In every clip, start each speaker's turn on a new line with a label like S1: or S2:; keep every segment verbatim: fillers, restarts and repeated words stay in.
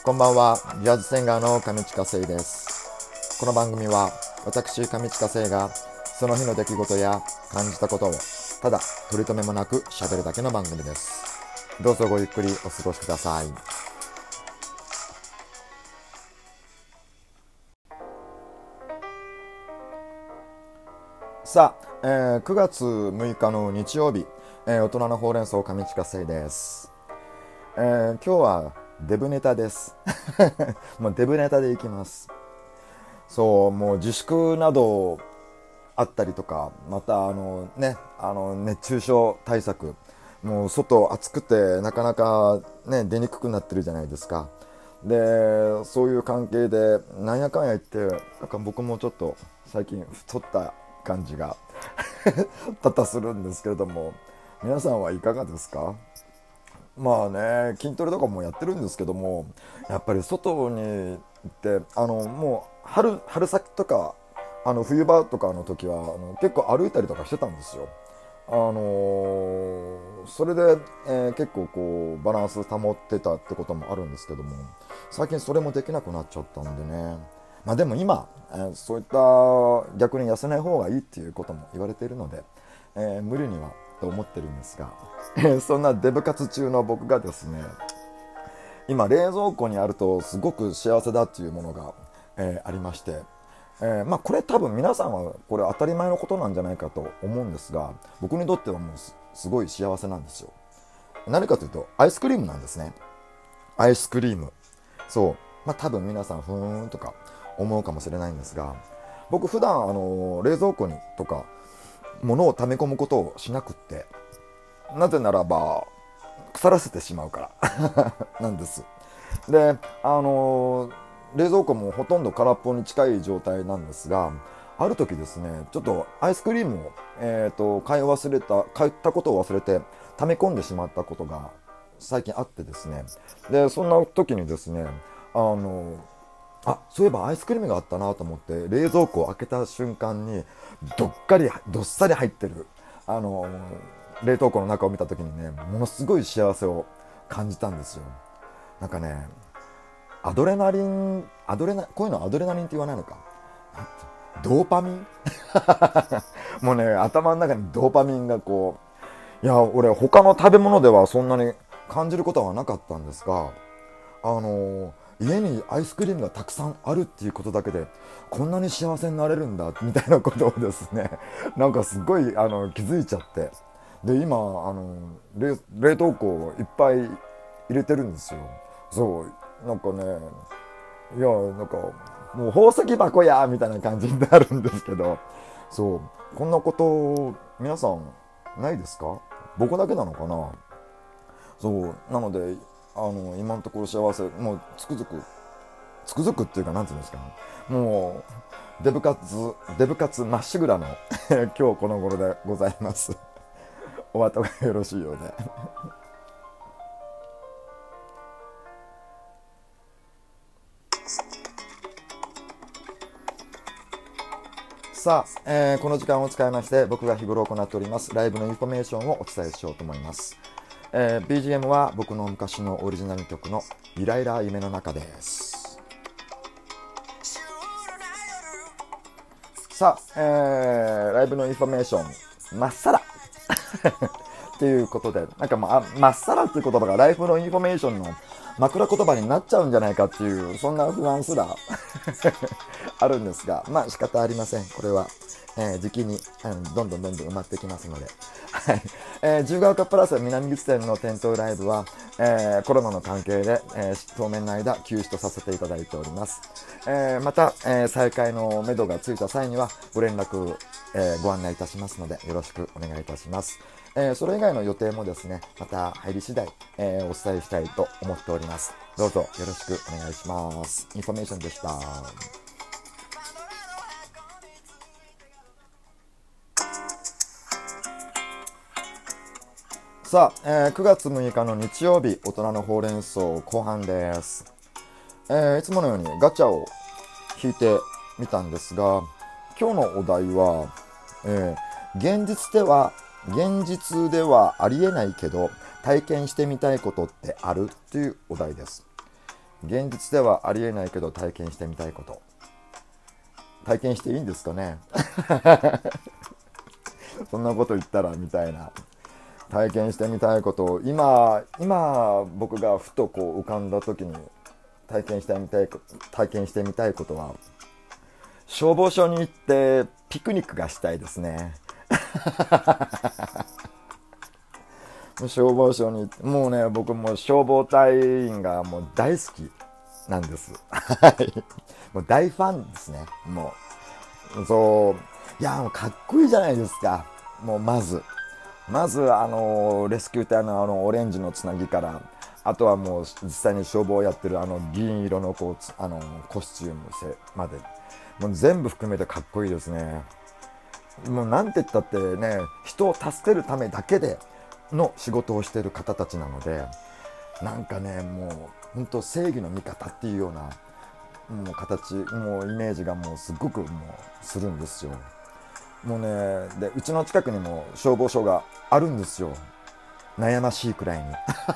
S1: こんばんは、ジャズシンガーの上地下生です。この番組は私上地下生がその日の出来事や感じたことをただ取り留めもなく喋るだけの番組です。どうぞごゆっくりお過ごしください。さあ、えー、くがつむいかの日曜日、えー、大人のほうれん草上地下生です。えー、今日はデブネタですもうデブネタでいきます。そう、もう自粛などあったりとか、またあのね、あの熱中症対策、もう外暑くてなかなかね出にくくなってるじゃないですか。で、そういう関係でなんやかんや言ってなんか僕もちょっと最近太った感じが多々するんですけれども、皆さんはいかがですか？まあね、筋トレとかもやってるんですけども、やっぱり外に行ってあのもう春春先とかあの冬場とかの時はあの結構歩いたりとかしてたんですよ。あのーそれで、えー結構こうバランス保ってたってこともあるんですけども、最近それもできなくなっちゃったんでね。まあでも今、えーそういった逆に痩せない方がいいっていうことも言われているので、えー無理にはと思ってるんですが、えーそんなデブ活中の僕がですね、今冷蔵庫にあるとすごく幸せだっていうものが、えーありまして、えーまあ、これ多分皆さんはこれ当たり前のことなんじゃないかと思うんですが、僕にとってはもう す, すごい幸せなんですよ。何かというとアイスクリームなんですね。アイスクリーム、そう、まあ、多分皆さんふーんとか思うかもしれないんですが、僕普段あの冷蔵庫にとか物を溜め込むことをしなくって、なぜならば腐らせてしまうからなんです。で、あのー冷蔵庫もほとんど空っぽに近い状態なんですが、ある時ですね、ちょっとアイスクリームを、えー、と買い忘れた買ったことを忘れて溜め込んでしまったことが最近あってですね。で、そんな時にですね、あのあ、そういえばアイスクリームがあったなと思って冷蔵庫を開けた瞬間にどっかりどっさり入ってるあの冷凍庫の中を見た時にね、ものすごい幸せを感じたんですよ。なんかね、アドレナリンアドレナこういうのアドレナリンって言わないのか、ドーパミンもうね、頭の中にドーパミンがこう、いや俺他の食べ物ではそんなに感じることはなかったんですが、あの家にアイスクリームがたくさんあるっていうことだけでこんなに幸せになれるんだみたいなことをですね、なんかすごいあの気づいちゃって、で今あの 冷, 冷凍庫をいっぱい入れてるんですよ。そうなんかね、いやなんかもう宝石箱やみたいな感じになるんですけど、そうこんなこと皆さんないですか？僕だけなのかな。そうなので、あの今のところ幸せ、もうつくづくつくづくっていうか、なんていうんですか、もうデブ活デブ活まっしぐらの今日この頃でございますお後がよろしいようでさあ、えーこの時間を使いまして僕が日頃行っておりますライブのインフォメーションをお伝えしようと思います。えー ビージーエム は僕の昔のオリジナル曲のイライラ夢の中です。さあ、えーライブのインフォメーションまっさらっていうことで、なんかまあまっさらっていう言葉がライフのインフォメーションの枕言葉になっちゃうんじゃないかっていう、そんな不安すらあるんですが、まあ仕方ありません。これは、えー、時期に、うん、どんどんどんどん埋まってきますので、はい。えー、自由が丘プラス南口店の店頭ライブは、えーコロナの関係で、えー当面の間休止とさせていただいております。えーまた、えー再開の目処がついた際にはご連絡、えーご案内いたしますのでよろしくお願いいたします。えーそれ以外の予定もですね、また入り次第、えーお伝えしたいと思っております。どうぞよろしくお願いします。インフォメーションでした。さあ、えーくがつむいかの日曜日、大人のほうれん草後半です。えーいつものようにガチャを引いてみたんですが、今日のお題は、えー現実では現実ではありえないけど体験してみたいことってあるっていうお題です。 現実ではありえないけど体験してみたいこと。体験していいんですかねそんなこと言ったらみたいな。体験してみたいことを今今僕がふとこう浮かんだ時に体験してみたい体験してみたいことは、消防署に行ってピクニックがしたいですね消防署に行って、もうね、僕も消防隊員がもう大好きなんですもう大ファンですね。もうそういや、もうかっこいいじゃないですか。もうまずまずあのレスキュー隊のあのオレンジのつなぎから、あとはもう実際に消防をやってるあの銀色のこうあのコスチュームまで、もう全部含めてかっこいいですね。もうなんて言ったってね、人を助けるためだけでの仕事をしている方たちなので、なんかね、もう本当正義の味方っていうようなもう形、もうイメージがもうすごくもうするんですよ。もうね、でうちの近くにも消防署があるんですよ。悩ましいくらいに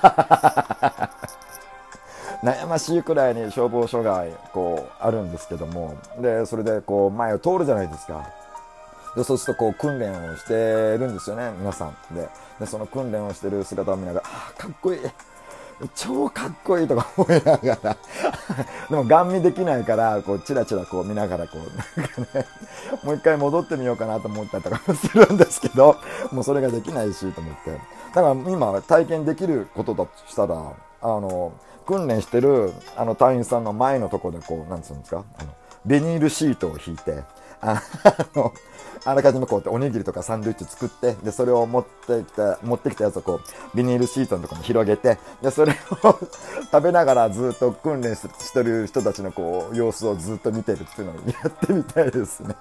S1: 悩ましいくらいに消防署がこうあるんですけども、でそれでこう前を通るじゃないですか。でそうするとこう訓練をしてるんですよね、皆さんで。でその訓練をしてる姿を見ながら、あーかっこいい、超かっこいいとか思いながらでもガン見できないからこうチラチラこう見ながらこうなんかね、もう一回戻ってみようかなと思ったりとかするんですけど、もうそれができないしと思って、だから今体験できることだとしたら、あの訓練してるあの隊員さんの前のところでこうなんつうんですか、あのビニールシートを引いて、あのあらかじめこうやっておにぎりとかサンドイッチ作って、でそれを持ってきた持ってきたやつをこうビニールシートのところに広げて、でそれを食べながらずっと訓練してる人たちのこう様子をずっと見てるっていうのをやってみたいですね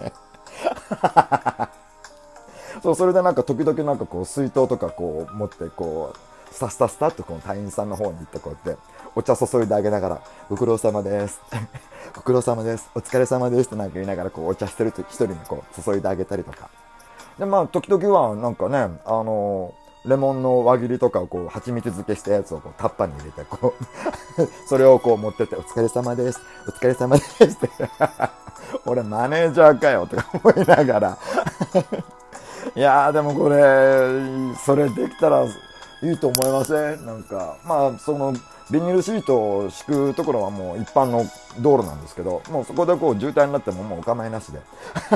S1: そうそれでなんか時々なんかこう水筒とかこう持ってこうスタスタスタっとこの隊員さんの方に行ってこうやってお茶注いであげながら、ご苦労様ですご苦労様です、お疲れ様ですってなんか言いながらこうお茶してると一人にこう注いであげたりとかで、まあ時々はなんかね、あのレモンの輪切りとかをこう蜂蜜漬けしたやつをこうタッパーに入れてこうそれをこう持ってって、お疲れ様ですお疲れ様ですって俺マネージャーかよとか思いながらいやーでもこれそれできたらいいと思いません？なんかまあそのビニールシートを敷くところはもう一般の道路なんですけど、もうそこでこう渋滞になってももうお構いなしで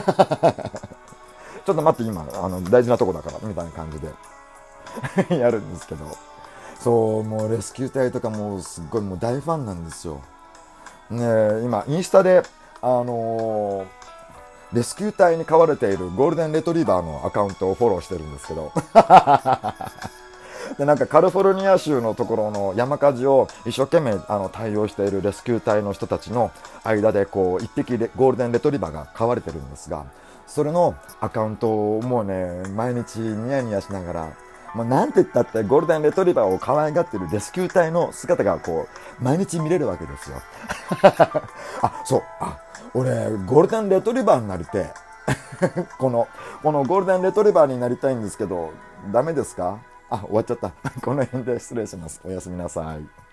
S1: ちょっと待って今あの大事なとこだからみたいな感じでやるんですけど、そうもうレスキュー隊とかもうすっごいもう大ファンなんですよね。今インスタであのーレスキュー隊に飼われているゴールデンレトリバーのアカウントをフォローしてるんですけどでなんかカリフォルニア州のところの山火事を一生懸命あの対応しているレスキュー隊の人たちの間でこう一匹ゴールデンレトリバーが飼われてるんですが、それのアカウントをもうね毎日ニヤニヤしながら、もうなんて言ったってゴールデンレトリバーを可愛がっているレスキュー隊の姿がこう毎日見れるわけですよあ、そう、あ、俺ゴールデンレトリバーになりてこのこのゴールデンレトリバーになりたいんですけどダメですか？あ、終わっちゃったこの辺で失礼します。おやすみなさい。